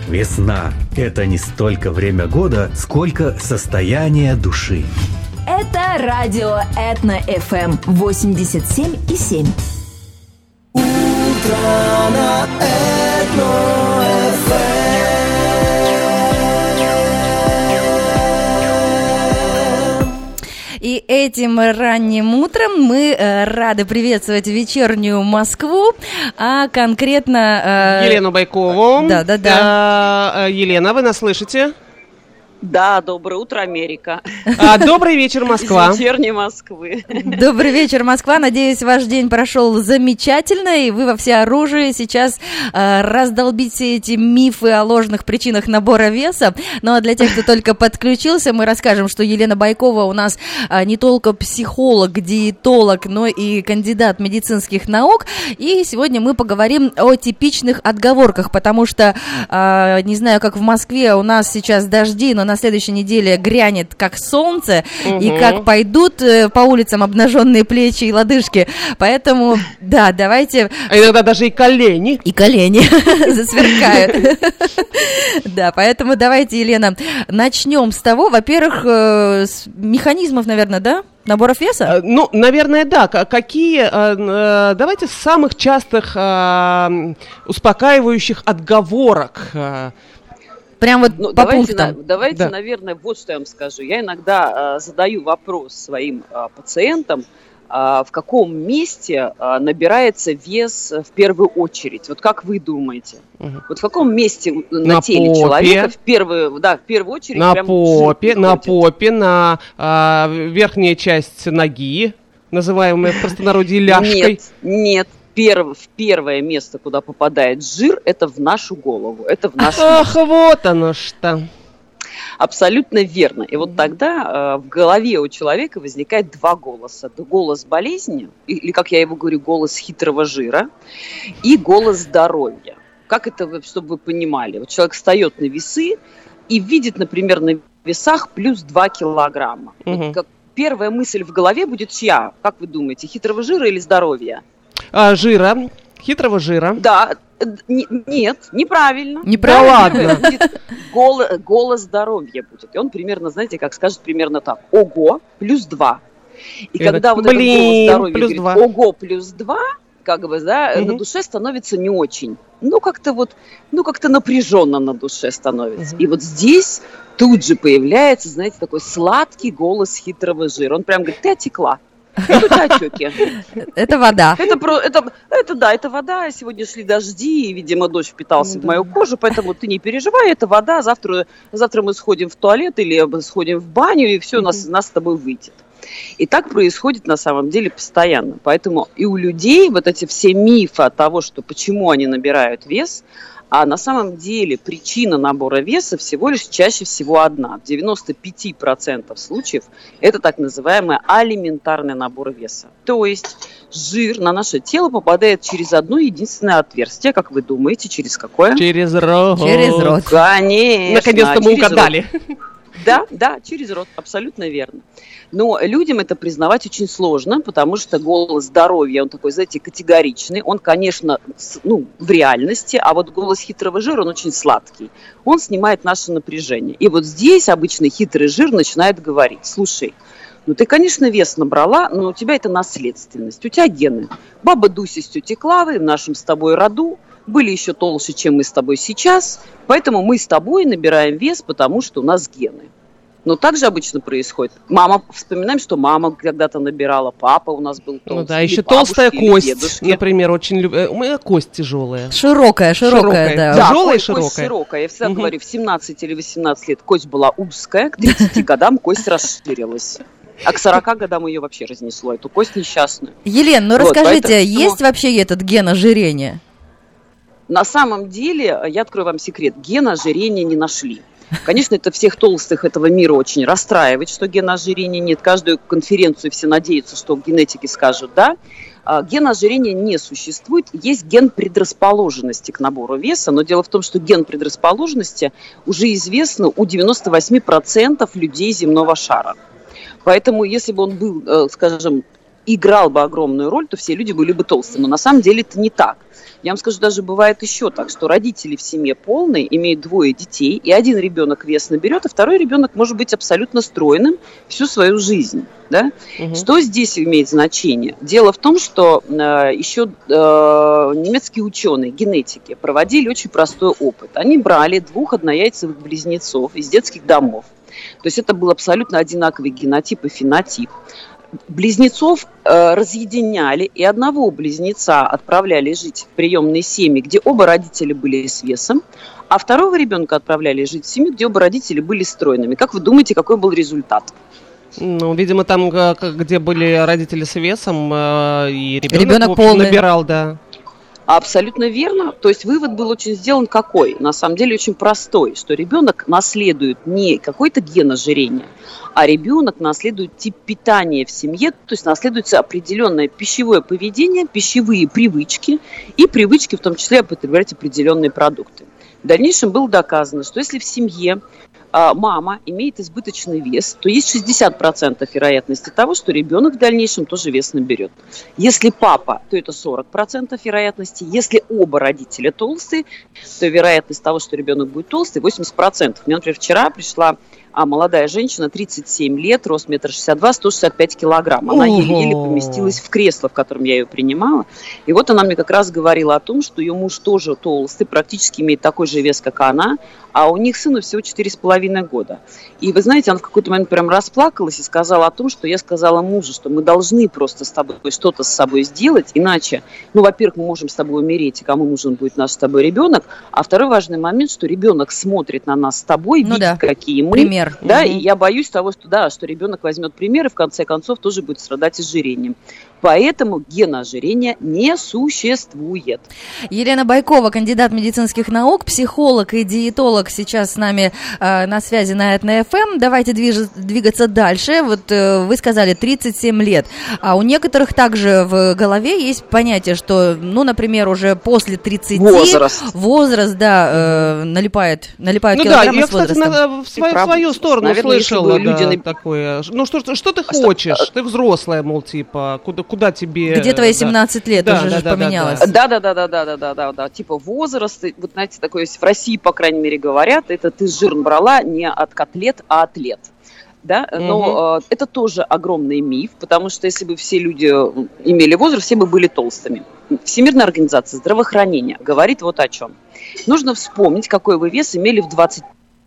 Весна – это не столько время года, сколько состояние души. Это радио Этно-ФМ 87,7. Утро на Этно-ФМ. И этим ранним утром мы рады приветствовать вечернюю Москву, а конкретно... Елену Байкову. Да. Елена, вы нас слышите? Да, доброе утро, Америка. Добрый вечер, Москва. Из вечерней Москвы. Добрый вечер, Москва. Надеюсь, ваш день прошел замечательно, и вы во всеоружии сейчас раздолбите эти мифы о ложных причинах набора веса. Ну, а для тех, кто только подключился, мы расскажем, что Елена Байкова у нас не только психолог, диетолог, но и кандидат медицинских наук. И сегодня мы поговорим о типичных отговорках, потому что, не знаю, как в Москве, у нас сейчас дожди, но на следующей неделе грянет как солнце, и как пойдут по улицам обнаженные плечи и лодыжки. Поэтому, да, давайте... А иногда даже и колени. И колени засверкают. Да, поэтому давайте, Елена, начнем с того, во-первых, с механизмов, наверное, да? Наборов веса? Ну, наверное, да. Какие, давайте, с самых частых успокаивающих отговорок. Прям вот по пунктам. Давайте, наверное, вот что я вам скажу. Я иногда задаю вопрос своим пациентам, в каком месте набирается вес в первую очередь. Вот как вы думаете? Вот в каком месте на теле человека в первую очередь? На попе, на верхняя часть ноги, называемая в простонародье ляжкой. Нет. В первое место, куда попадает жир, это в нашу голову, это в нашу мозг. Вот оно что. Абсолютно верно. И вот тогда в голове у человека возникает два голоса. Голос болезни, или, как я его говорю, голос хитрого жира, и голос здоровья. Как это, чтобы вы понимали? Вот человек встает на весы и видит, например, на весах плюс 2 килограмма. Вот как первая мысль в голове будет чья? Как вы думаете, хитрого жира или здоровья? Жира, хитрого жира. Да, нет, неправильно. Неправильно. Голос здоровья будет. И он примерно, знаете, как скажет примерно так. Ого, плюс 2. И когда вот этот голос здоровья говорит 2. Ого, плюс 2, как бы, да, на душе становится не очень. Как-то напряженно на душе становится. И вот здесь тут же появляется, знаете, такой сладкий голос хитрого жира. Он прям говорит, ты отекла. Это отеки. Это вода. Это вода. Сегодня шли дожди, и, видимо, дождь впитался в мою кожу, поэтому ты не переживай, это вода. Завтра мы сходим в туалет или сходим в баню, и все, нас с тобой выйдет. И так происходит на самом деле постоянно. Поэтому и у людей вот эти все мифы от того, что почему они набирают вес, а на самом деле причина набора веса всего лишь чаще всего одна. В 95% случаев это так называемый алиментарный набор веса. То есть жир на наше тело попадает через одно единственное отверстие. Как вы думаете, через какое? Через рот. Через рот. Конечно. Наконец-то мы угадали. Да, через рот, абсолютно верно. Но людям это признавать очень сложно, потому что голос здоровья, он такой, знаете, категоричный. Он, конечно, в реальности, а вот голос хитрого жира, он очень сладкий. Он снимает наше напряжение. И вот здесь обычно хитрый жир начинает говорить, слушай, ты, конечно, вес набрала, но у тебя это наследственность, у тебя гены. Баба Дуся с тетей Клавой в нашем с тобой роду были еще толще, чем мы с тобой сейчас, поэтому мы с тобой набираем вес, потому что у нас гены. Но так же обычно происходит. Вспоминаем, что мама когда-то набирала, папа у нас был толстый. Ну да, еще толстая кость, например, очень любят. У меня кость тяжелая. Широкая, да. Тяжелая и кость широкая. Я всегда говорю, в 17 или 18 лет кость была узкая, к 30 годам кость расширилась. А к 40 годам ее вообще разнесло, эту кость несчастную. Елена, расскажите, есть вообще этот ген ожирения? На самом деле, я открою вам секрет, ген ожирения не нашли. Конечно, это всех толстых этого мира очень расстраивает, что гена ожирения нет. Каждую конференцию все надеются, что генетики скажут «да». Гена ожирения не существует. Есть ген предрасположенности к набору веса, но дело в том, что ген предрасположенности уже известно у 98% людей земного шара. Поэтому, если бы он был, скажем, играл бы огромную роль, то все люди были бы толстые. Но на самом деле это не так. Я вам скажу, даже бывает еще так, что родители в семье полные, имеют 2 детей, и один ребенок вес наберет, а второй ребенок может быть абсолютно стройным всю свою жизнь. Да? Что здесь имеет значение? Дело в том, что еще немецкие ученые, генетики, проводили очень простой опыт. Они брали 2 однояйцевых близнецов из детских домов. То есть это был абсолютно одинаковый генотип и фенотип. Близнецов разъединяли, и одного близнеца отправляли жить в приемные семьи, где оба родителя были с весом, а второго ребенка отправляли жить в семью, где оба родителя были стройными. Как вы думаете, какой был результат? Ну, видимо, там, где были родители с весом, и ребенок полный набирал, да. Абсолютно верно. То есть вывод был очень сделан какой? На самом деле очень простой, что ребенок наследует не какой-то ген ожирения, а ребенок наследует тип питания в семье, то есть наследуется определенное пищевое поведение, пищевые привычки и привычки в том числе употреблять определенные продукты. В дальнейшем было доказано, что если в семье мама имеет избыточный вес, то есть 60% вероятности того, что ребенок в дальнейшем тоже вес наберет. Если папа, то это 40% вероятности. Если оба родителя толстые, то вероятность того, что ребенок будет толстый, 80%. Мне, например, вчера пришла молодая женщина, 37 лет, рост 1,62 м, 165 килограмм. Она еле-еле поместилась в кресло, в котором я ее принимала. И вот она мне как раз говорила о том, что ее муж тоже толстый, практически имеет такой же вес, как она, а у них сыну всего 4,5 года. И вы знаете, она в какой-то момент прям расплакалась и сказала о том, что я сказала мужу, что мы должны просто с тобой что-то с собой сделать, иначе, во-первых, мы можем с тобой умереть, и кому нужен будет наш с тобой ребенок, а второй важный момент, что ребенок смотрит на нас с тобой, видит, какие мы. Пример. Да, и я боюсь того, что ребенок возьмет пример и в конце концов тоже будет страдать ожирением. Поэтому гена ожирения не существует. Елена Байкова, кандидат медицинских наук, психолог и диетолог, сейчас с нами на связи на Этно-ФМ. Давайте двигаться дальше. Вот вы сказали 37 лет, а у некоторых также в голове есть понятие, что, например, уже после 30 возраст, да, налипает килограммы с возрастом. Я, кстати, в свою сторону слышала такое. Что ты хочешь? Ты взрослая, мол, типа, куда тебе... Где твои 17 лет? Уже же поменялось. Да. Типа возраст, вот знаете, такое в России, по крайней мере, говорят, это ты жир брала не от котлет, а от лет. Да? Но это тоже огромный миф, потому что если бы все люди имели возраст, все бы были толстыми. Всемирная организация здравоохранения говорит вот о чем. Нужно вспомнить, какой вы вес имели в 20...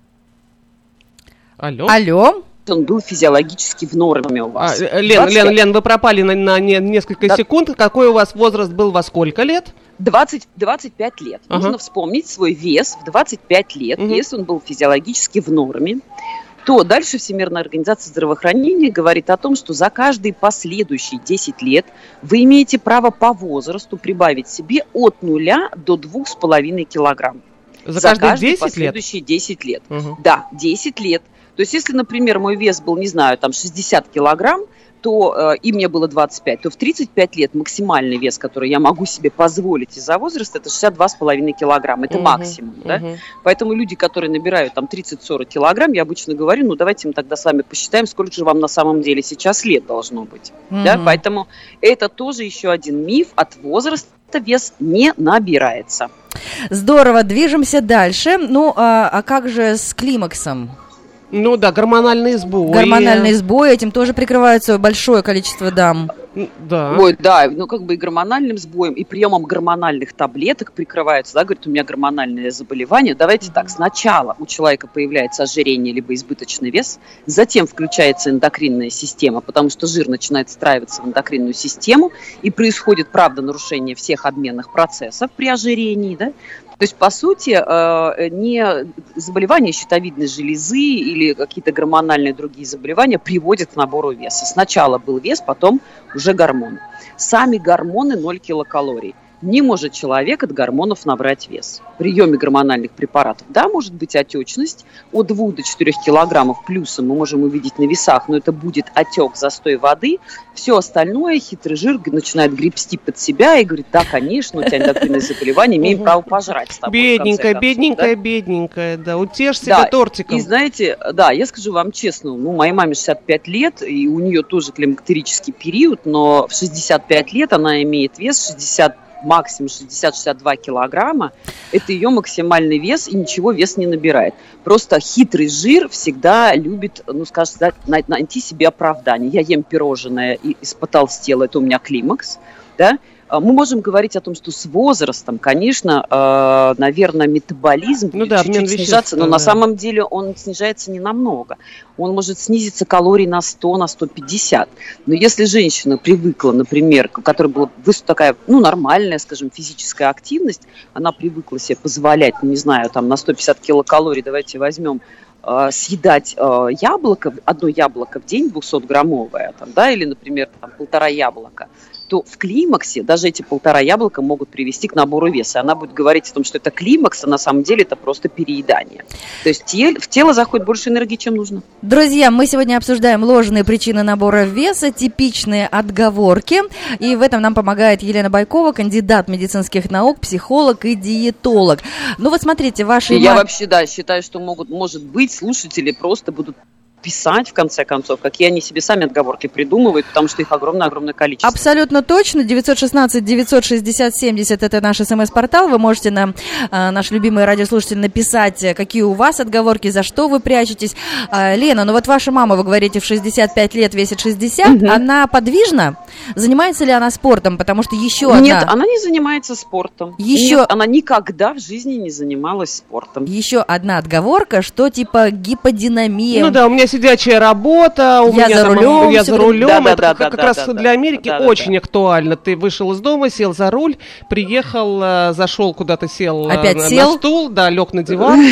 Алло? Он был физиологически в норме у вас. Лен, вы пропали на несколько секунд. Какой у вас возраст был во сколько лет? 25 лет. Нужно вспомнить свой вес в 25 лет. Если он был физиологически в норме, то дальше Всемирная организация здравоохранения говорит о том, что за каждые последующие 10 лет вы имеете право по возрасту прибавить себе от 0 до 2,5 килограмм. За каждые 10 последующие 10 лет. Да, 10 лет. То есть, если, например, мой вес был, 60 килограмм, то и мне было 25, то в 35 лет максимальный вес, который я могу себе позволить из-за возраста, это 62,5 килограмма. Это максимум, да? Поэтому люди, которые набирают 30-40 килограмм, я обычно говорю, давайте мы тогда с вами посчитаем, сколько же вам на самом деле сейчас лет должно быть. Да? Поэтому это тоже еще один миф, от возраста вес не набирается. Здорово, движемся дальше. А как же с климаксом? Гормональные сбои. Гормональные сбои, этим тоже прикрывается большое количество дам. Да. И гормональным сбоем, и приемом гормональных таблеток прикрываются, да, говорят, у меня гормональное заболевание. Давайте так, сначала у человека появляется ожирение, либо избыточный вес, затем включается эндокринная система, потому что жир начинает встраиваться в эндокринную систему, и происходит, правда, нарушение всех обменных процессов при ожирении, да. То есть, по сути, не заболевания щитовидной железы или какие-то гормональные другие заболевания приводят к набору веса. Сначала был вес, потом уже гормоны. Сами гормоны 0 килокалорий. Не может человек от гормонов набрать вес. В приеме гормональных препаратов, да, может быть отечность от 2 до 4 килограммов плюсом мы можем увидеть на весах, но это будет отек, застой воды. Все остальное, хитрый жир начинает гребсти под себя и говорит, да, конечно, у тебя эндокринное заболевание, имеем право пожрать с тобой. Бедненькая, да, утешь себя тортиком. И знаете, да, я скажу вам честно, моей маме 65 лет, и у нее тоже климактерический период, но в 65 лет она имеет вес максимум 60-62 килограмма, это ее максимальный вес, и ничего вес не набирает. Просто хитрый жир всегда любит, найти себе оправдание. Я ем пирожное и потолстела, это у меня климакс, да. Мы можем говорить о том, что с возрастом, конечно, наверное, метаболизм будет чуть-чуть снижаться, но на самом деле он снижается не намного. Он может снизиться калорий на 100, на 150. Но если женщина привыкла, например, у которой была такая, нормальная, скажем, физическая активность, она привыкла себе позволять, на 150 килокалорий, давайте возьмем, съедать одно яблоко в день, 200-граммовое, или, например, 1,5 яблока, то в климаксе даже эти 1,5 яблока могут привести к набору веса. Она будет говорить о том, что это климакс, а на самом деле это просто переедание. То есть в тело заходит больше энергии, чем нужно. Друзья, мы сегодня обсуждаем ложные причины набора веса, типичные отговорки. И в этом нам помогает Елена Байкова, кандидат медицинских наук, психолог и диетолог. Смотрите, ваши... Я вообще, считаю, что может быть, слушатели просто будут писать, в конце концов, какие они себе сами отговорки придумывают, потому что их огромное-огромное количество. Абсолютно точно. 916-960-70 это наш СМС-портал. Вы можете нам, наши любимые радиослушатели, написать, какие у вас отговорки, за что вы прячетесь. Лена, ваша мама, вы говорите, в 65 лет весит 60. Она подвижна? Занимается ли она спортом? Потому что Нет, она не занимается спортом. Она никогда в жизни не занималась спортом. Еще одна отговорка, что типа гиподинамия. У меня сидячая работа, я за рулем. Это как раз для Америки очень актуально. Ты вышел из дома, сел за руль, приехал, зашел куда-то, сел на стул, лег на диван.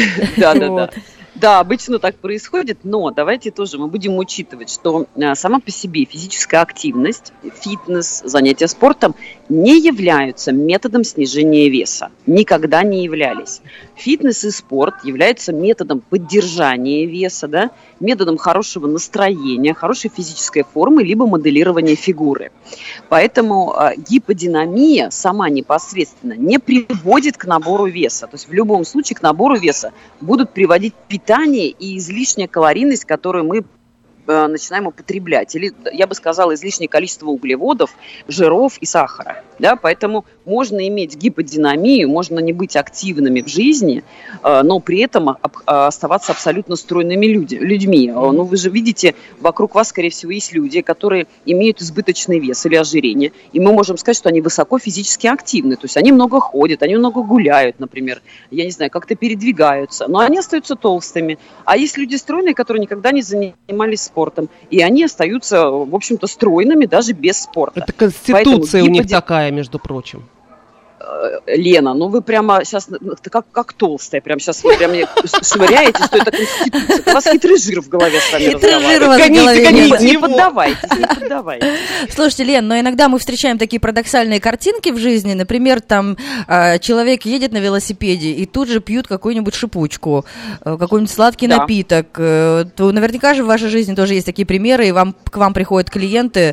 Да, обычно так происходит, но давайте тоже мы будем учитывать, что сама по себе физическая активность, фитнес, занятия спортом не являются методом снижения веса, никогда не являлись. Фитнес и спорт являются методом поддержания веса, методом хорошего настроения, хорошей физической формы, либо моделирования фигуры. Поэтому гиподинамия сама непосредственно не приводит к набору веса. То есть в любом случае к набору веса будут приводить питание и излишняя калорийность, которую мы начинаем употреблять. Или, я бы сказала, излишнее количество углеводов, жиров и сахара. Поэтому можно иметь гиподинамию, можно не быть активными в жизни, но при этом оставаться абсолютно стройными людьми. Вы же видите, вокруг вас, скорее всего, есть люди, которые имеют избыточный вес или ожирение, и мы можем сказать, что они высоко физически активны. То есть они много ходят, они много гуляют, например, как-то передвигаются, но они остаются толстыми. А есть люди стройные, которые никогда не занимались спортом, и они остаются, в общем-то, стройными даже без спорта. Это конституция у них такая, между прочим. Лена, вы прямо сейчас, как толстая, прямо сейчас вы прямо швыряете, что это конституция. У вас хитрый жир в голове с вами разговаривает. Не поддавайтесь. Слушайте, Лен, но иногда мы встречаем такие парадоксальные картинки в жизни. Например, человек едет на велосипеде и тут же пьют какую-нибудь шипучку, какой-нибудь сладкий напиток. То наверняка же в вашей жизни тоже есть такие примеры, и к вам приходят клиенты,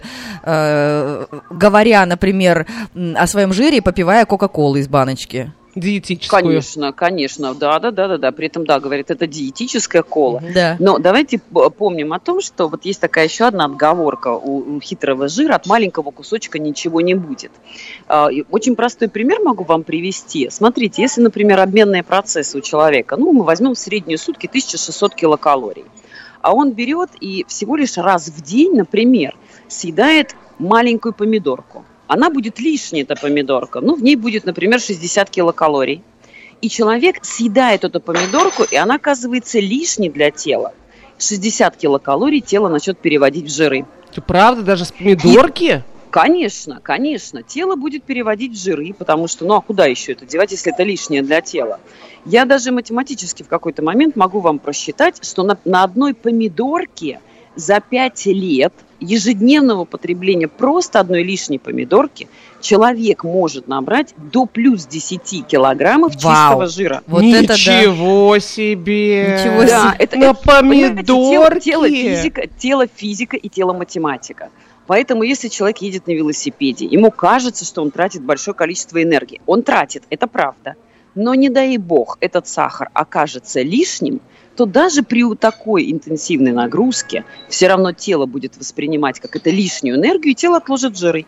говоря, например, о своем жире, попивая кока-колу из баночки. Диетическую. Конечно, да. При этом, говорит, это диетическая кола. Да. Но давайте помним о том, что есть такая еще одна отговорка у хитрого жира: от маленького кусочка ничего не будет. Очень простой пример могу вам привести. Смотрите, если, например, обменные процессы у человека, мы возьмем в средние сутки 1600 килокалорий, а он берет и всего лишь раз в день, например, съедает маленькую помидорку. Она будет лишняя, эта помидорка. В ней будет, например, 60 килокалорий. И человек съедает эту помидорку, и она оказывается лишней для тела. 60 килокалорий тело начнет переводить в жиры. Это правда? Даже с помидорки? Конечно. Тело будет переводить в жиры, потому что, а куда еще это девать, если это лишнее для тела? Я даже математически в какой-то момент могу вам просчитать, что на одной помидорке за 5 лет ежедневного потребления просто одной лишней помидорки человек может набрать до плюс 10 килограммов чистого жира. Вот Ничего себе! Ничего себе! Да, это, на помидорке! Тело физика и тело математика. Поэтому, если человек едет на велосипеде, ему кажется, что он тратит большое количество энергии. Он тратит, это правда. Но не дай бог этот сахар окажется лишним, то даже при такой интенсивной нагрузке все равно тело будет воспринимать как это лишнюю энергию, и тело отложит жиры.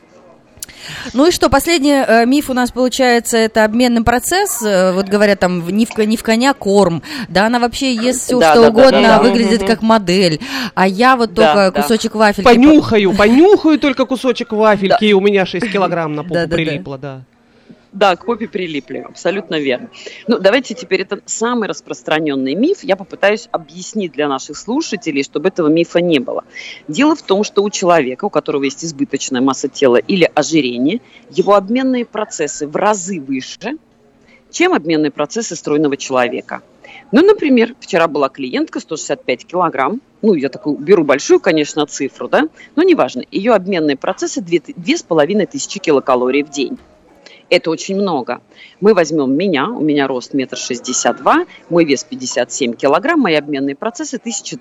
Ну и что, последний миф у нас получается, это обменный процесс. Вот говорят, там не в коня корм, да, она вообще ест все, что угодно, выглядит как модель. А я вот только кусочек вафельки. Понюхаю только кусочек вафельки, и у меня 6 килограмм на попу прилипло, да. Да, к попе прилипли, абсолютно верно. Ну, давайте теперь, это самый распространенный миф. Я попытаюсь объяснить для наших слушателей, чтобы этого мифа не было. Дело в том, что у человека, у которого есть избыточная масса тела или ожирение, его обменные процессы в разы выше, чем обменные процессы стройного человека. Ну, например, вчера была клиентка, 165 килограмм. Ну, я такую беру большую, конечно, цифру, да, но неважно. Ее обменные процессы 2500 килокалорий в день. Это очень много. Мы возьмем меня, у меня рост 1,62 м, мой вес 57 килограмм, мои обменные процессы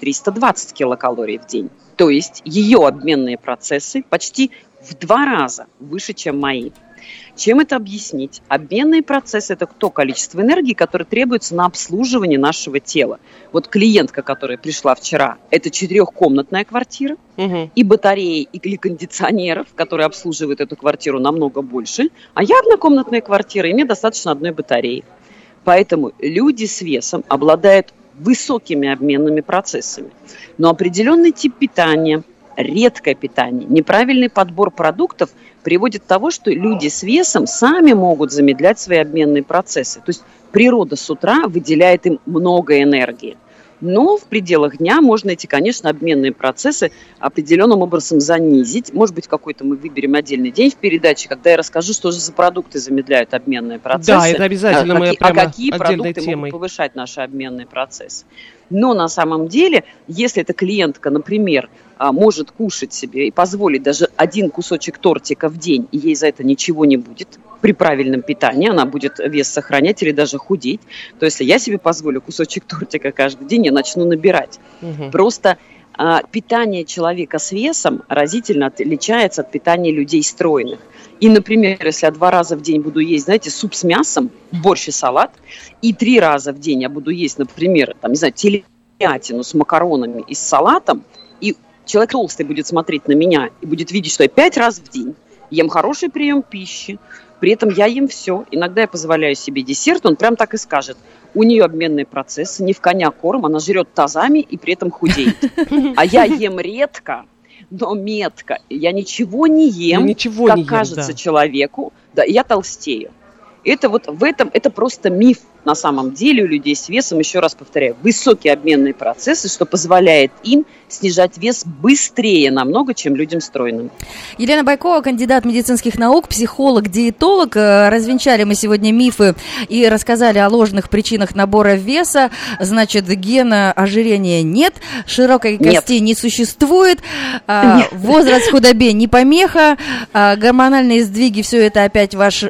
1320 килокалорий в день. То есть ее обменные процессы почти в 2 раза выше, чем мои. Чем это объяснить? Обменные процессы – это то количество энергии, которое требуется на обслуживание нашего тела. Вот клиентка, которая пришла вчера, это 4-комнатная квартира, и батареи, или кондиционеров, которые обслуживают эту квартиру, намного больше. А я однокомнатная квартира, и мне достаточно одной батареи. Поэтому люди с весом обладают высокими обменными процессами. Но определенный тип питания, редкое питание, неправильный подбор продуктов приводит к тому, что люди с весом сами могут замедлять свои обменные процессы. То есть природа с утра выделяет им много энергии. Но в пределах дня можно эти, конечно, обменные процессы определенным образом занизить. Может быть, какой-то мы выберем отдельный день в передаче, когда я расскажу, что же за продукты замедляют обменные процессы. Да, это обязательно. Какие продукты могут повышать наши обменные процессы. Но на самом деле, если эта клиентка, например, может кушать себе и позволить даже один кусочек тортика в день, и ей за это ничего не будет, при правильном питании она будет вес сохранять или даже худеть, то если я себе позволю кусочек тортика каждый день, я начну набирать. Просто питание человека с весом разительно отличается от питания людей стройных. И, например, если я 2 раза в день буду есть, знаете, суп с мясом, борщ и салат, и 3 раза в день я буду есть, например, там, не знаю, телятину с макаронами и с салатом, и человек толстый будет смотреть на меня и будет видеть, что я 5 раз в день ем хороший прием пищи, при этом я ем все. Иногда я позволяю себе десерт, он прям так и скажет. У нее обменные процессы, не в коня корм, она жрет тазами и при этом худеет. А я ем редко, но метко. Я ничего не ем, как кажется человеку, да, и я толстею. Это вот в этом, это просто миф на самом деле у людей с весом, еще раз повторяю, высокие обменные процессы, что позволяет им снижать вес быстрее намного, чем людям стройным. Елена Байкова, кандидат медицинских наук, психолог, диетолог. Развенчали мы сегодня мифы и рассказали о ложных причинах набора веса. Значит, гена ожирения нет, широкой кости не существует, возраст в худобе не помеха, гормональные сдвиги, все это опять ваш...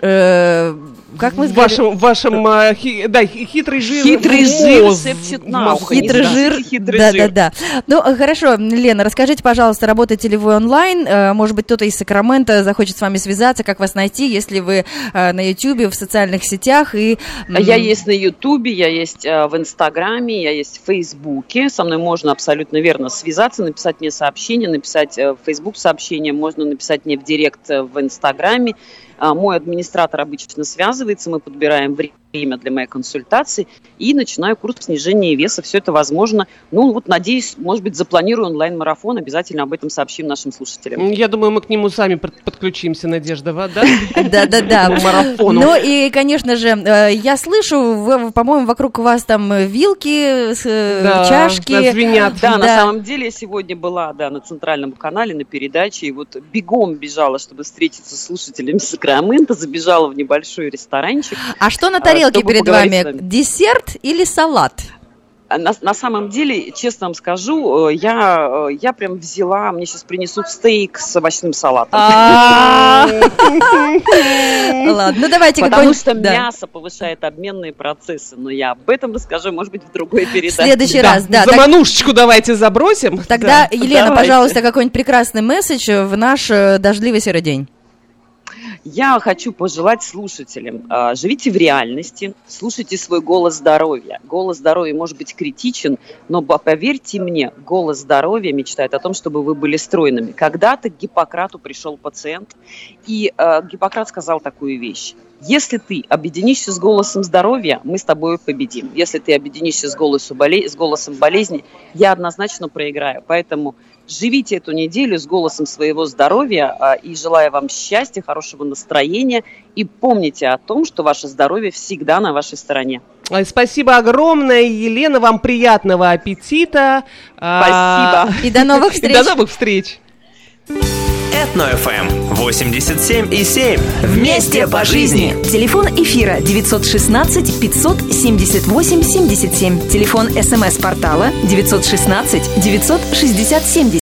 Как мы вашем хитрый жир. Хитрый жир шепчет на ухо. Хитрый жир. Да. Ну, хорошо, Лена, расскажите, пожалуйста, работаете ли вы онлайн? Может быть, кто-то из Сакрамента захочет с вами связаться, как вас найти, если вы на Ютубе, в социальных сетях. Я есть на Ютубе, я есть в Инстаграме, я есть в Фейсбуке. Со мной можно абсолютно верно связаться, написать мне сообщение, написать в Фейсбук сообщение, можно написать мне в директ в Инстаграме. Мой администратор обычно связывается, мы подбираем время для моей консультации и начинаю курс снижения веса. Все это возможно. Ну, вот, надеюсь, может быть, запланирую онлайн-марафон. Обязательно об этом сообщим нашим слушателям. Я думаю, мы к нему сами подключимся, Надежда, да? Да. Марафону. Ну, и, конечно же, я слышу, по-моему, вокруг вас там вилки, чашки. Звенят. Да, на самом деле, я сегодня была на центральном канале на передаче, и вот бегом бежала, чтобы встретиться с слушателями Сакрамента, забежала в небольшой ресторанчик. А что на тарелке перед вами? Десерт или салат? На самом деле, честно вам скажу, я прям взяла, мне сейчас принесут стейк с овощным салатом. Ладно, ну давайте. Потому что мясо повышает обменные процессы, но я об этом расскажу, может быть, в другой передаче. В следующий раз, да. Заманушечку давайте забросим. Тогда, Елена, пожалуйста, какой-нибудь прекрасный месседж в наш дождливый серый день. Я хочу пожелать слушателям, живите в реальности, слушайте свой голос здоровья. Голос здоровья может быть критичен, но поверьте мне, голос здоровья мечтает о том, чтобы вы были стройными. Когда-то к Гиппократу пришел пациент, и Гиппократ сказал такую вещь. Если ты объединишься с голосом здоровья, мы с тобой победим. Если ты объединишься с голосом болезни, я однозначно проиграю. Поэтому живите эту неделю с голосом своего здоровья и желаю вам счастья, хорошего настроения. И помните о том, что ваше здоровье всегда на вашей стороне. Спасибо огромное, Елена. Вам приятного аппетита. Спасибо. И до новых встреч. И до новых встреч. Этно-ФМ 87,7. Вместе по жизни. Телефон эфира 916 578 77. Телефон СМС-портала 916 960 70.